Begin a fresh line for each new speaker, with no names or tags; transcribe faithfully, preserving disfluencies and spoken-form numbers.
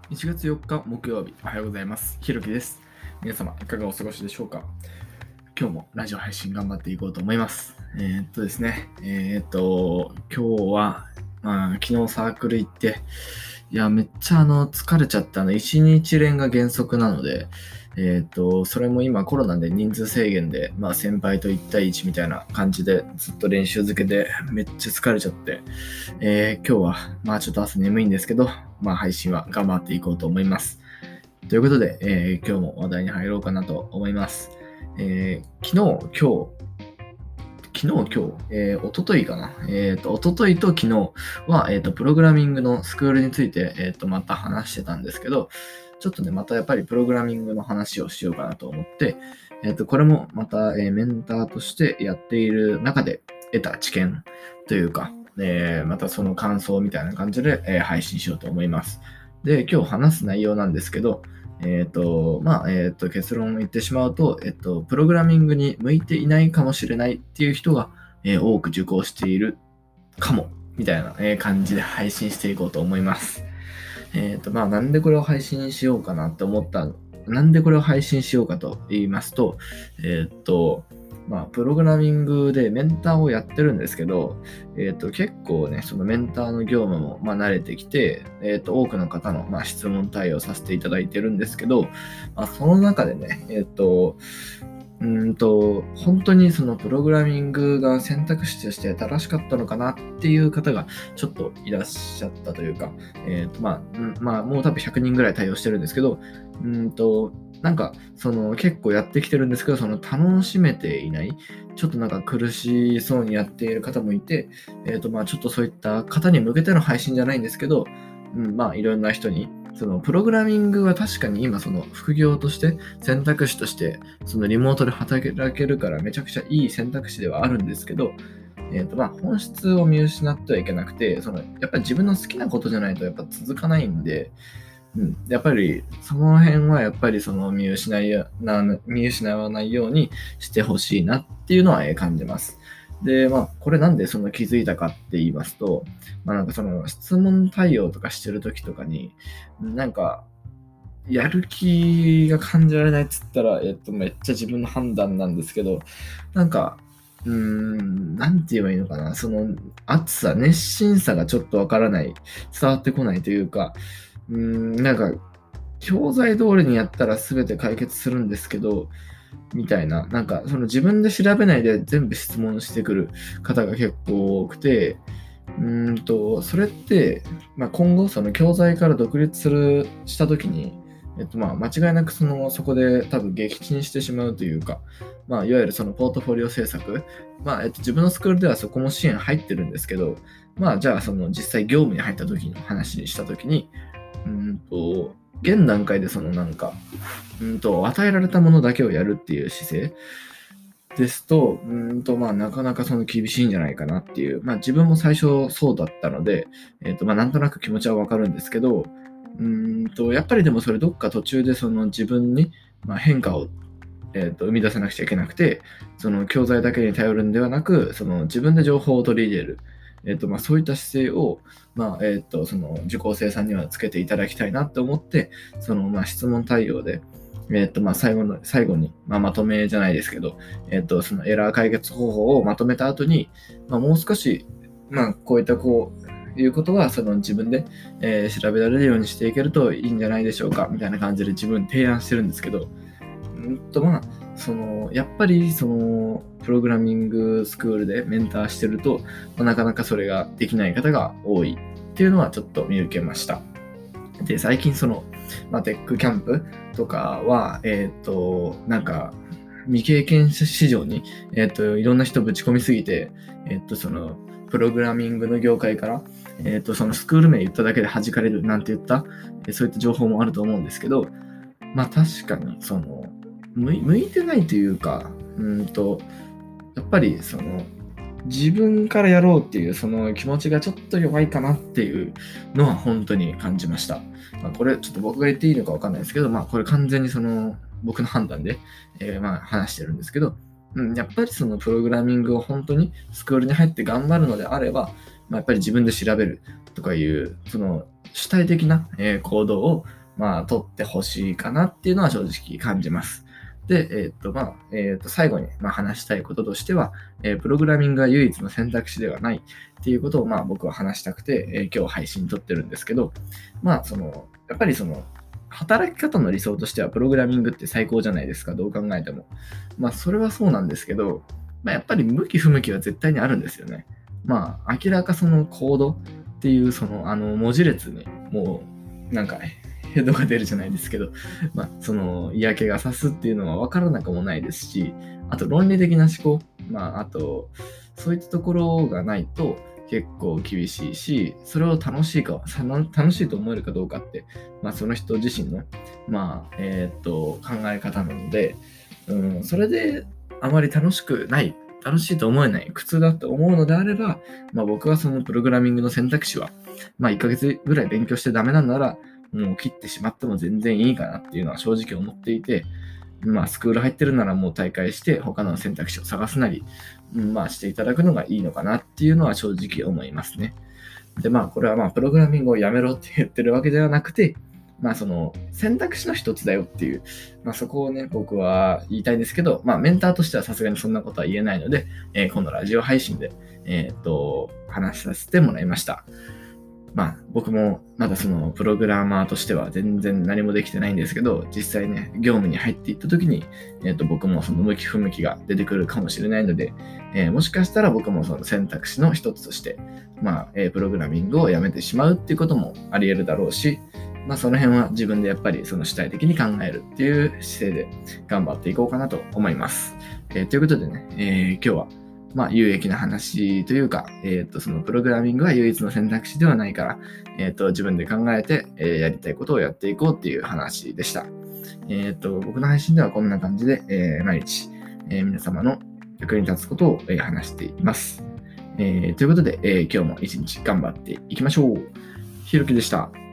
いちがつよっか木曜日、おはようございます。ひろきです。皆様、いかがお過ごしでしょうか。今日もラジオ配信頑張っていこうと思います。えー、っとですね、えー、っと、今日は、まあ、昨日サークル行って、いや、めっちゃあの、疲れちゃったの、いちにち練が原則なので、えー、っと、それも今コロナで人数制限で、まあ先輩といち対いちみたいな感じでずっと練習漬けでめっちゃ疲れちゃって、えー、今日はまあちょっと朝眠いんですけど、まあ配信は頑張っていこうと思います。ということで、えー、今日も話題に入ろうかなと思います。えー、昨日、今日、昨日、今日、えー、一昨日かな。えっ、ー、と、一昨日と昨日は、えっ、ー、と、プログラミングのスクールについて、えっ、ー、と、また話してたんですけど、ちょっとね、またやっぱりプログラミングの話をしようかなと思って、えっ、と、これもまた、えー、メンターとしてやっている中で得た知見というか、えー、またその感想みたいな感じで、えー、配信しようと思います。で、今日話す内容なんですけど、えっ、ー、と、まあ、えっ、ー、と、結論を言ってしまうと、えっ、ー、と、プログラミングに向いていないかもしれないっていう人が、えー、多く受講しているかも、みたいな、えー、感じで配信していこうと思います。えっ、と、まあ、なんでこれを配信しようかなって思ったの、なんでこれを配信しようかと言いますと、えっ、と、まあ、プログラミングでメンターをやってるんですけど、えっ、と、結構ね、そのメンターの業務も、まあ、慣れてきて、えっ、と、多くの方の、まあ、質問対応させていただいてるんですけど、まあ、その中でね、えっ、と、うんと、本当にそのプログラミングが選択肢として正しかったのかなっていう方がちょっといらっしゃったというか、えっ、と、まあ、んまあ、もう多分ひゃくにんぐらい対応してるんですけど、うんと、なんか、その結構やってきてるんですけど、その楽しめていない、ちょっとなんか苦しそうにやっている方もいて、えっ、と、まあ、ちょっとそういった方に向けての配信じゃないんですけど、うん、まあ、いろんな人に、そのプログラミングは確かに今その副業として選択肢としてそのリモートで働けるからめちゃくちゃいい選択肢ではあるんですけど、えーとまあ、本質を見失ってはいけなくて、そのやっぱり自分の好きなことじゃないとやっぱ続かないんで、うん、やっぱりその辺はやっぱりその見失いな見失わないようにしてほしいなっていうのは感じます。で、まあ、これなんでその気づいたかって言いますと、まあなんかその質問対応とかしてるときとかに、なんか、やる気が感じられないっつったら、えっと、めっちゃ自分の判断なんですけど、なんか、うーん、なんて言えばいいのかな、その熱さ、熱心さがちょっとわからない、伝わってこないというか、うーん、なんか、教材通りにやったら全て解決するんですけど、みたいな、なんかその自分で調べないで全部質問してくる方が結構多くて、うーんと、それって、まあ、今後その教材から独立する、したときに、えっとまあ間違いなくそのそこで多分撃沈してしまうというか、まあ、いわゆるそのポートフォリオ制作、まあえっと、自分のスクールではそこも支援入ってるんですけど、まあじゃあその実際業務に入った時の話にした時に、うんと現段階でそのなんか、うんと与えられたものだけをやるっていう姿勢ですと、うんとまあなかなかその厳しいんじゃないかなっていう、まあ自分も最初そうだったので、えっとまあなんとなく気持ちはわかるんですけど、うんとやっぱりでもそれどっか途中でその自分にまあ変化をえー、と生み出さなくちゃいけなくて、その教材だけに頼るんではなく、その自分で情報を取り入れる、えーとまあ、そういった姿勢を、まあえー、とその受講生さんにはつけていただきたいなと思って、そのまあ質問対応で、えーとまあ、最後の最後に、まあ、まとめじゃないですけど、えー、とそのエラー解決方法をまとめた後に、まあ、もう少し、まあ、こういったこういうことはその自分で、えー、調べられるようにしていけるといいんじゃないでしょうかみたいな感じで自分提案してるんですけど、うんとまあそのやっぱりそのプログラミングスクールでメンターしてると、まあ、なかなかそれができない方が多いっていうのはちょっと見受けました。で最近その、まあ、テックキャンプとかはえっ、ー、となんか未経験者市場に、えー、といろんな人ぶち込みすぎて、えっ、ー、とそのプログラミングの業界から、えっ、ー、とそのスクール名言っただけで弾かれるなんて言った、えー、そういった情報もあると思うんですけど、まあ確かにその向いてないというか、うんとやっぱりその自分からやろうっていうその気持ちがちょっと弱いかなっていうのは本当に感じました。まあ、これちょっと僕が言っていいのか分かんないですけど、まあこれ完全にその僕の判断で、えー、まあ話してるんですけど、うん、やっぱりそのプログラミングを本当にスクールに入って頑張るのであれば、まあ、やっぱり自分で調べるとかいうその主体的な行動をまあ、取ってほしいかなっていうのは正直感じます。で、えーっと、まあ、えーっと、最後に、まあ、話したいこととしては、えープログラミングが唯一の選択肢ではないっていうことを、まあ、僕は話したくて、えー今日配信撮ってるんですけど、まあ、その、やっぱりその、働き方の理想としては、プログラミングって最高じゃないですか、どう考えても。まあ、それはそうなんですけど、まあ、やっぱり向き不向きは絶対にあるんですよね。まあ、明らかそのコードっていう、その、あの、文字列に、もう、なんか、ヘッドが出るじゃないですけど、まあ、その嫌気がさすっていうのは分からなくもないですし、あと論理的な思考、まあ、あと、そういったところがないと結構厳しいし、それを楽しいか、さ楽しいと思えるかどうかって、まあ、その人自身の、まあ、えーっと、考え方なので、うん、それであまり楽しくない、楽しいと思えない、苦痛だと思うのであれば、まあ、僕はそのプログラミングの選択肢は、まあ、いっかげつぐらい勉強してダメなんなら、もう切ってしまっても全然いいかなっていうのは正直思っていて、まあ、スクール入ってるならもう大会して他の選択肢を探すなり、まあ、していただくのがいいのかなっていうのは正直思いますね。で、まあ、これはまあ、プログラミングをやめろって言ってるわけではなくて、まあ、その選択肢の一つだよっていう、まあ、そこをね、僕は言いたいんですけど、まあ、メンターとしてはさすがにそんなことは言えないので、えー、今度ラジオ配信で、えー、っと、話させてもらいました。まあ、僕もまだそのプログラマーとしては全然何もできてないんですけど、実際ね、業務に入っていった時に、えー、と僕もその向き不向きが出てくるかもしれないので、えー、もしかしたら僕もその選択肢の一つとして、まあ、えー、プログラミングをやめてしまうっていうこともあり得るだろうし、まあ、その辺は自分でやっぱりその主体的に考えるっていう姿勢で頑張っていこうかなと思います。えー、ということでね、えー、今日はまあ、有益な話というか、えっと、そのプログラミングは唯一の選択肢ではないから、えっと、自分で考えて、えーやりたいことをやっていこうっていう話でした。えっと、僕の配信ではこんな感じで、えー毎日、えー皆様の役に立つことを、えー話しています。えーということで、えー今日も一日頑張っていきましょう。ひろきでした。